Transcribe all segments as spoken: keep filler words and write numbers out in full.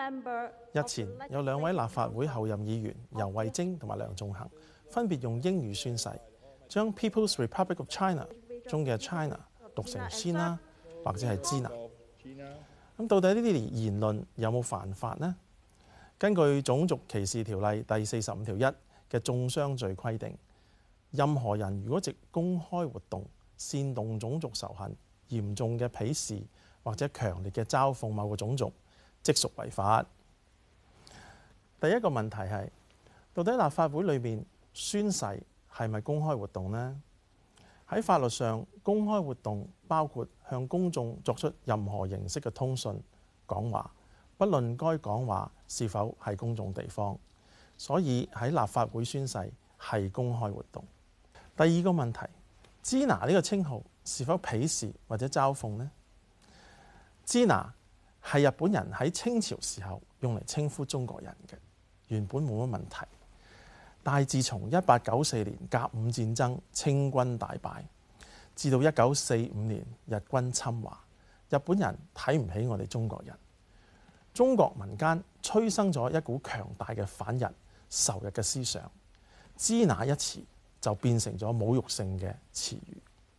日前有兩位立法會候任議員游蕙禎同埋梁頌恆分別用英語宣誓，將 People's Republic of China 中嘅 China 讀成 China 或者係 Gina。咁到底呢啲言論有冇犯法呢？根據種族歧視條例第四十五條一嘅中傷罪規定，任何人如果藉公開活動煽動種族仇恨、嚴重嘅鄙視或者強烈嘅嘲諷某個種族，即屬違法。第一個問題係，到底立法會裏面宣誓係咪公開活動呢？喺法律上，公開活動包括向公眾作出任何形式嘅通訊、講話，不論該講話是否係公眾地方。所以喺立法會宣誓係公開活動。第二個問題，Gina呢個稱號是否鄙視或者嘲諷呢？Gina係日本人喺清朝時候用嚟稱呼中國人嘅，原本冇乜問題。但係自從一八九四年甲午戰爭清軍大敗，至到一九四五年日軍侵華，日本人睇唔起我哋中國人，中國民間催生咗一股強大嘅反日仇日嘅思想，Gina一詞就變成咗侮辱性嘅詞語。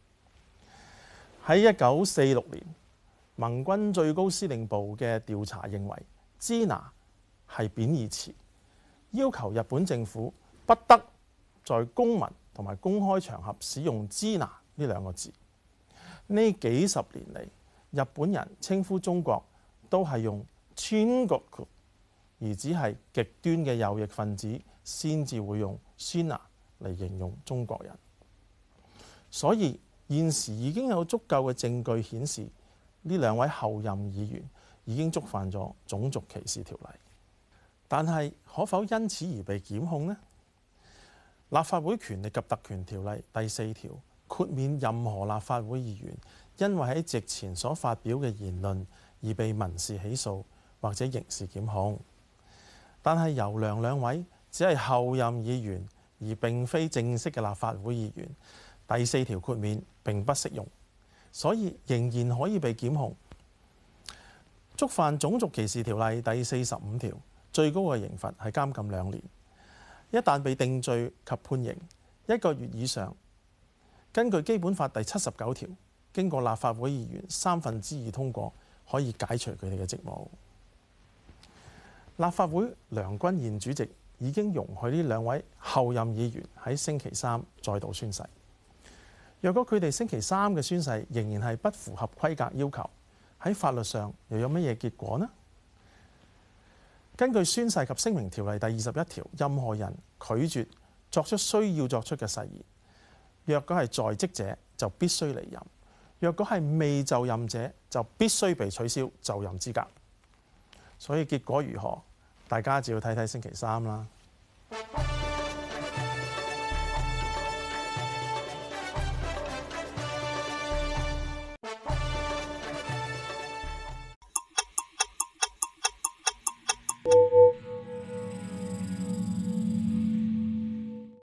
喺一九四六年，盟軍最高司令部嘅調查認為，Gina係貶義詞，要求日本政府不得在公民同埋公開場合使用 Gina 呢兩個字。呢幾十年嚟，日本人稱呼中國都係用 Chingoku， 而只係極端嘅右翼分子先至會用 China 嚟形容中國人。所以現時已經有足夠嘅證據顯示，呢兩位候任議員已經觸犯咗種族歧視條例。但係可否因此而被檢控呢？立法會權力及特權條例第四條豁免任何立法會議員因為喺席前所發表嘅言論而被民事起訴或者刑事檢控。但係游梁兩位只係候任議員，而並非正式嘅立法會議員，第四條豁免並不適用，所以仍然可以被檢控。觸犯種族歧視條例第四十五條，最高嘅刑罰係監禁兩年。一旦被定罪及判刑一個月以上，根據基本法第七十九條，經過立法會議員三分之二通過，可以解除佢哋嘅職務。立法會梁君彥主席已經容許呢兩位候任議員喺星期三再度宣誓。若果佢哋星期三嘅宣誓仍然係不符合規格要求，喺法律上又有乜嘢結果呢？根據宣誓及聲明條例第二十一條，任何人拒絕作出需要作出嘅誓言，若果係在職者就必須離任；若果係未就任者就必須被取消就任資格。所以結果如何，大家就要睇睇星期三啦。